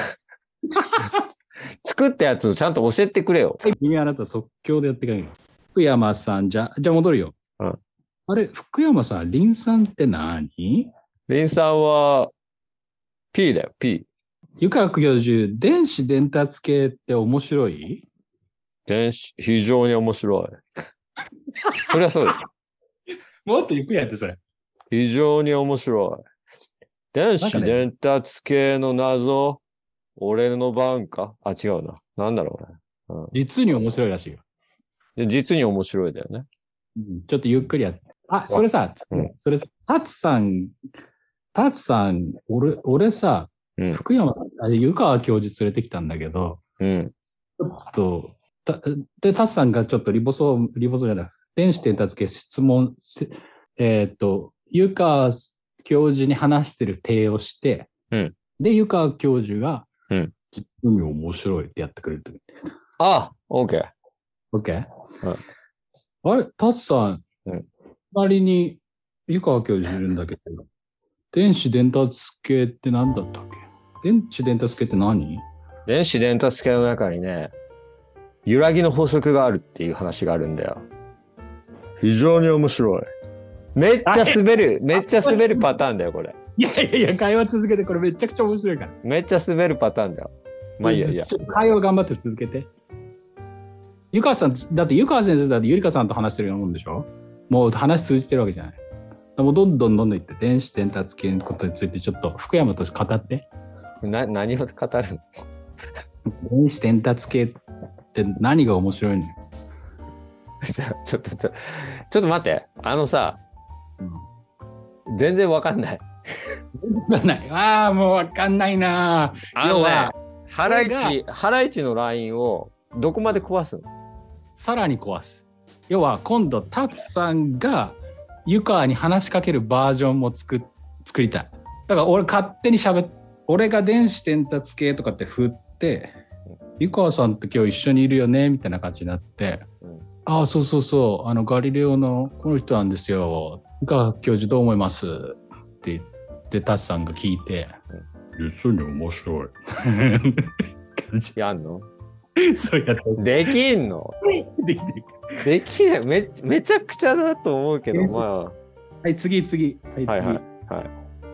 [SPEAKER 3] 作ったやつをちゃんと教えてくれよ。
[SPEAKER 4] 君あなた即興でやってくれる。福山さんじゃ、じゃあ戻るよ。
[SPEAKER 3] うん、
[SPEAKER 4] あれ、福山さん、リン酸って何？
[SPEAKER 3] リン酸は P だよ、P。
[SPEAKER 4] 湯川教授、電子伝達系って面白い？
[SPEAKER 3] 電子、非常に面白い。それはそうです。
[SPEAKER 4] もっとゆっくりやって、それ。
[SPEAKER 3] 非常に面白い。電子伝達系の謎、ね、俺の番か？あ、違うな。なんだろうね。
[SPEAKER 4] うん、実に面白いらしいよ。
[SPEAKER 3] 実に面白いだよね。
[SPEAKER 4] うん、ちょっとゆっくりやって。あ、それさ、うん、それさ、タツさん、タツさん、俺、俺さ、うん、福山、あれ、湯川教授連れてきたんだけど、
[SPEAKER 3] うん、
[SPEAKER 4] ちょっと、たで、タツさんがちょっとリボソー、リボソーじゃない、電子伝達系質問、えっ、ー、と、湯川教授に話してる体をして、
[SPEAKER 3] うん、
[SPEAKER 4] で、湯川教授が、
[SPEAKER 3] うん、
[SPEAKER 4] 実に面白いってやってくれる。
[SPEAKER 3] あ、オッケー。
[SPEAKER 4] オッケー。あれ、タツさん、
[SPEAKER 3] うん、
[SPEAKER 4] 周りに湯川教授いるんだけど、電子伝達系って何だったっけ？電子伝達系って何？
[SPEAKER 3] 電子伝達系の中にね、揺らぎの法則があるっていう話があるんだよ。非常に面白い。めっちゃ滑る、めっちゃ滑るパターンだよ、これ。
[SPEAKER 4] いやいやいや、会話続けて、これめちゃくちゃ面白いから。
[SPEAKER 3] めっちゃ滑るパターンだよ。まあいいやいや。
[SPEAKER 4] ちょっと会話頑張って続けて。湯川さん、だって湯川先生だってゆりかさんと話してるようなもんでしょ？もう話通じてるわけじゃない。もうどんどんどんどん言って、電子伝達系のことについてちょっと福山と語って。
[SPEAKER 3] な、何を語るの？
[SPEAKER 4] 電子伝達系って何が面白いの？
[SPEAKER 3] ちょっと、ちょっと、ちょっと待って。あのさ、うん、全然わかんない。
[SPEAKER 4] わかんない。ああ、もうわかんないな。
[SPEAKER 3] 要は、ハライチ、ハライチのラインをどこまで壊すの？
[SPEAKER 4] さらに壊す。要は、今度、タツさんが湯川に話しかけるバージョンも作、作りたい。だから俺勝手に喋っ、俺が電子伝達系とかって振って、湯川さんと今日一緒にいるよねみたいな感じになって、うん、ああそうそうそう、あのガリレオのこの人なんですよ。湯川教授どう思いますって言ってタツさんが聞いて、実に面白い。
[SPEAKER 3] やんの？
[SPEAKER 4] そうやってほしい。
[SPEAKER 3] できんの
[SPEAKER 4] できでき
[SPEAKER 3] できない。め、めちゃくちゃだと思うけど、まあ。
[SPEAKER 4] はい、次、次。はい、次。
[SPEAKER 3] はいはい。はい、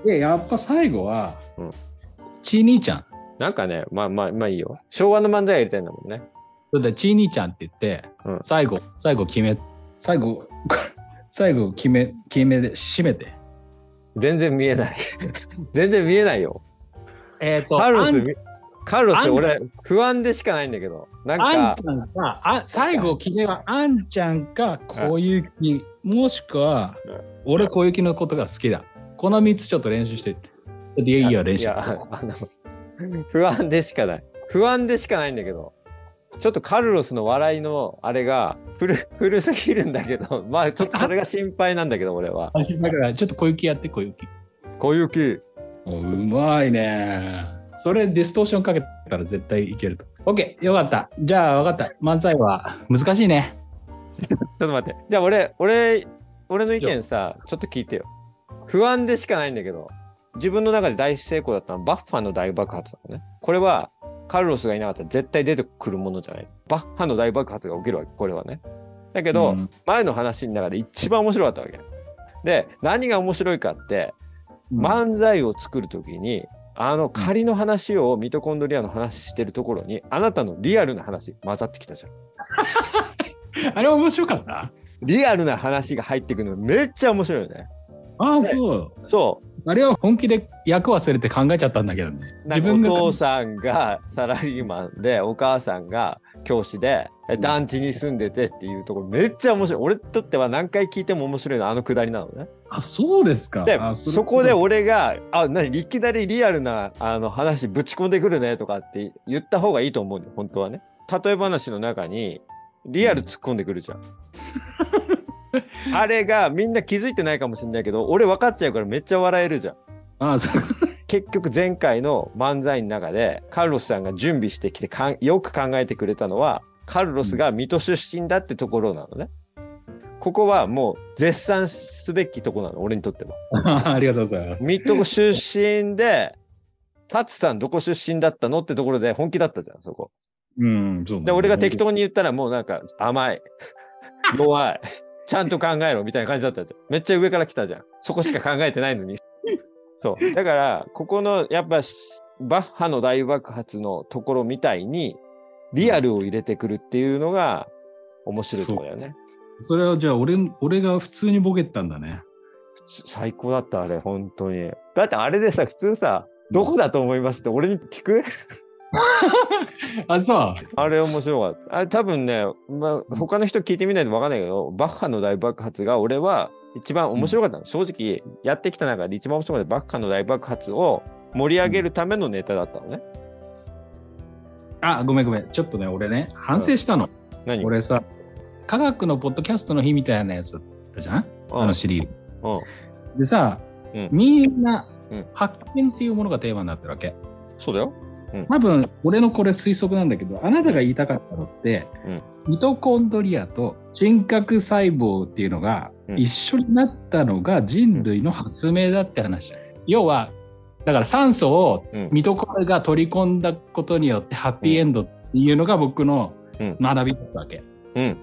[SPEAKER 4] で、やっぱ最後は、
[SPEAKER 3] うん、
[SPEAKER 4] ちー兄ちゃん。
[SPEAKER 3] なんかね、まあまあまあいいよ。昭和の漫才やりたいんだもんね。
[SPEAKER 4] そうだ、ちー兄ちゃんって言って、うん、最後、最後決め、最後、最後決め、決めで、締めて。
[SPEAKER 3] 全然見えない。全然見えないよ。
[SPEAKER 4] えっ、ー、と、
[SPEAKER 3] カルロス、カルロス、俺、不安でしかないんだけど。なんか、
[SPEAKER 4] あんちゃんか、あ、最後決めは、あんちゃんか、小雪、もしくは、俺、小雪のことが好きだ。このみっつちょっと練習してって。いやいや、練習。いや、あの、
[SPEAKER 3] 不安でしかない。不安でしかないんだけど。ちょっとカルロスの笑いのあれが古、古すぎるんだけど、まあちょっとそれが心配なんだけど、俺は。
[SPEAKER 4] だからちょっと小雪やって、小雪。
[SPEAKER 3] 小雪。
[SPEAKER 4] うまいね。それディストーションかけたら絶対いけると。OK、よかった。じゃあ分かった。漫才は難しいね。
[SPEAKER 3] ちょっと待って。じゃあ俺、俺、俺の意見さ、ちょっと聞いてよ。不安でしかないんだけど、自分の中で大成功だったのはバッファの大爆発だのね。これは、カルロスがいなかったら絶対出てくるものじゃない。バッハの大爆発が起きるわけ、これはね。だけど、うん、前の話の中で一番面白かったわけ。で、何が面白いかって、うん、漫才を作るときに、あの仮の話をミトコンドリアの話してるところに、あなたのリアルな話混ざってきたじゃ
[SPEAKER 4] ん。あれ面白かった？
[SPEAKER 3] リアルな話が入ってくるのめっちゃ面白いよね。
[SPEAKER 4] ああ、そう。
[SPEAKER 3] そう。
[SPEAKER 4] あれは本気で役忘れて考えちゃったんだけどね。
[SPEAKER 3] 自分がお父さんがサラリーマンで、お母さんが教師で、団地に住んでてっていうところめっちゃ面白い。俺にとっては何回聞いても面白いのはあのくだりなのね。
[SPEAKER 4] あ、そうですか。
[SPEAKER 3] で、
[SPEAKER 4] あ、
[SPEAKER 3] そ, そこで俺が、あ、何、いきなりリアルなあの話ぶち込んでくるねとかって言った方がいいと思うんだよ、本当はね。例え話の中にリアル突っ込んでくるじゃん。うん、あれがみんな気づいてないかもしれないけど、俺分かっちゃうからめっちゃ笑えるじゃん。
[SPEAKER 4] ああ、そう。
[SPEAKER 3] 結局前回の漫才の中でカルロスさんが準備してきてかんよく考えてくれたのはカルロスが水戸出身だってところなのね。ここはもう絶賛すべきところなの、俺にとっては。
[SPEAKER 4] ありがとうございます。
[SPEAKER 3] 水戸出身で、タツさんどこ出身だったのってところで本気だったじゃん、そこ。
[SPEAKER 4] うん、そう、ね。
[SPEAKER 3] で、俺が適当に言ったらもうなんか甘い、弱い、ちゃんと考えろみたいな感じだったじゃん。めっちゃ上から来たじゃん。そこしか考えてないのに。そう。だから、ここのやっぱバッハの大爆発のところみたいにリアルを入れてくるっていうのが面白いところだよね。
[SPEAKER 4] そ, それはじゃあ俺、俺が普通にボケたんだね。
[SPEAKER 3] 最高だった、あれ、本当に。だってあれでさ、普通さ、どこだと思いますって俺に聞く
[SPEAKER 4] あ、そう。
[SPEAKER 3] あれ面白かった。あれ多分ね、まあ、他の人聞いてみないと分かんないけど、バッハの大爆発が俺は一番面白かったの。うん、正直、やってきた中で一番面白かったバッハの大爆発を盛り上げるためのネタだったのね。
[SPEAKER 4] あ、ごめんごめん。ちょっとね、俺ね、反省したの。うん、
[SPEAKER 3] 何？
[SPEAKER 4] 俺さ、科学のポッドキャストの日みたいなやつだったじゃん、うん、あのシリーズ。うん、でさ、うん、みんな、発見っていうものがテーマになってるわけ。
[SPEAKER 3] そうだよ。うん、
[SPEAKER 4] 多分俺のこれ推測なんだけど、あなたが言いたかったのって、うん、ミトコンドリアと人格細胞っていうのが一緒になったのが人類の発明だって話、うん、要はだから酸素をミトコンドリアが取り込んだことによってハッピーエンドっていうのが僕の学びだったわけ、うんうん、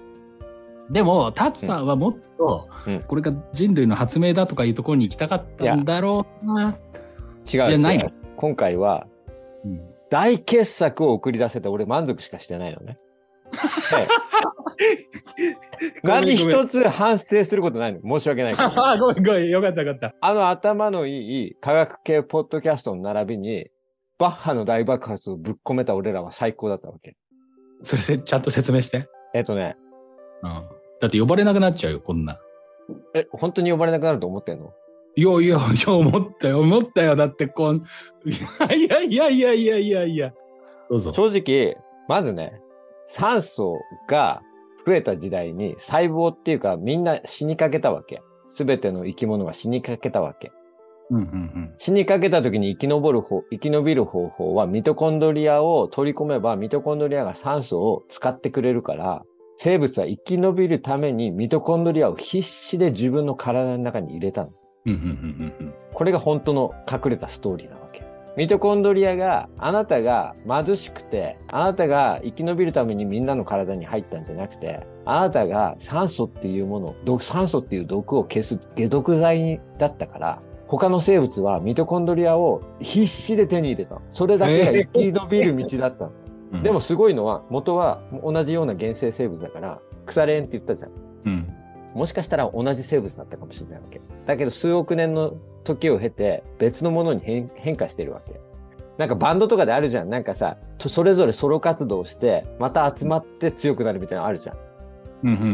[SPEAKER 4] でもタツさんはもっとこれが人類の発明だとかいうところに行きたかったんだろうな。
[SPEAKER 3] 違う、じゃないの。今回は、うん、大傑作を送り出せて俺満足しかしてないのね。何一つ反省することないの。申し訳ないから。
[SPEAKER 4] ごめんごめん、よかったよかった。
[SPEAKER 3] あの頭のいい科学系ポッドキャストの並びにバッハの大爆発をぶっ込めた俺らは最高だったわけ。
[SPEAKER 4] それせちゃんと説明して。
[SPEAKER 3] えっとね、
[SPEAKER 4] うん、だって呼ばれなくなっちゃうよこんな。
[SPEAKER 3] え、本当に呼ばれなくなると思ってんの？
[SPEAKER 4] いやいやいや、思ったよ思ったよ。だってこんいやいやいやいやいやいや。どうぞ。
[SPEAKER 3] 正直まずね、酸素が増えた時代に細胞っていうかみんな死にかけたわけ。すべての生き物が死にかけたわけ。うんうんうん、死にかけた時に生き延る方、生き延びる方法はミトコンドリアを取り込めばミトコンドリアが酸素を使ってくれるから、生物は生き延びるためにミトコンドリアを必死で自分の体の中に入れたの。うんうんうんうん、これが本当の隠れたストーリーなわけ。 ミトコンドリアがあなたが貧しくて、あなたが生き延びるためにみんなの体に入ったんじゃなくて、あなたが酸素っていうもの、酸素っていう毒を消す解毒剤だったから、他の生物はミトコンドリアを必死で手に入れた。それだけが生き延びる道だったの。えー、でもすごいのは、元は同じような原生生物だから、腐れ縁って言ったじゃん。うん、もしかしたら同じ生物だったかもしれないわけ。だけど数億年の時を経て別のものに 変, 変化してるわけ。なんかバンドとかであるじゃん。なんかさ、それぞれソロ活動してまた集まって強くなるみたいなのあるじゃん。うんうんうんうん、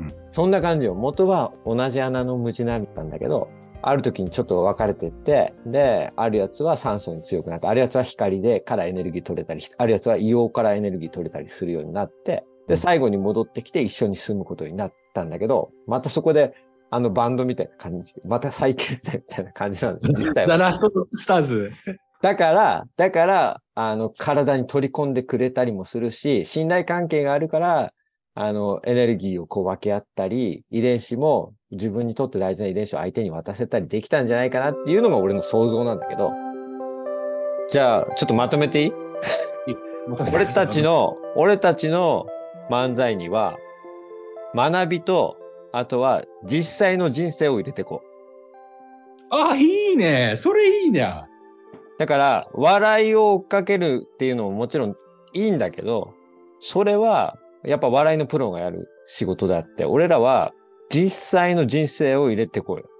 [SPEAKER 3] そんな感じよ。元は同じ穴のムジナだったんだけど、ある時にちょっと分かれてって、で、あるやつは酸素に強くなって、あるやつは光でからエネルギー取れたり、あるやつは硫黄からエネルギー取れたりするようになって、で、最後に戻ってきて一緒に住むことになったんだけど、またそこであのバンドみたいな感じで、また再建みたいな感じなんですよ。
[SPEAKER 4] ザラストスターズ。
[SPEAKER 3] だから、だから、あの、体に取り込んでくれたりもするし、信頼関係があるから、あの、エネルギーをこう分け合ったり、遺伝子も自分にとって大事な遺伝子を相手に渡せたりできたんじゃないかなっていうのが俺の想像なんだけど、じゃあ、ちょっとまとめていい？俺たちの、俺たちの漫才には、学びと、あとは実際の人生を入れていこ
[SPEAKER 4] う。あ、いいね。それいいね。
[SPEAKER 3] だから、笑いを追っかけるっていうのももちろんいいんだけど、それはやっぱ笑いのプロがやる仕事であって、俺らは実際の人生を入れていこうよ。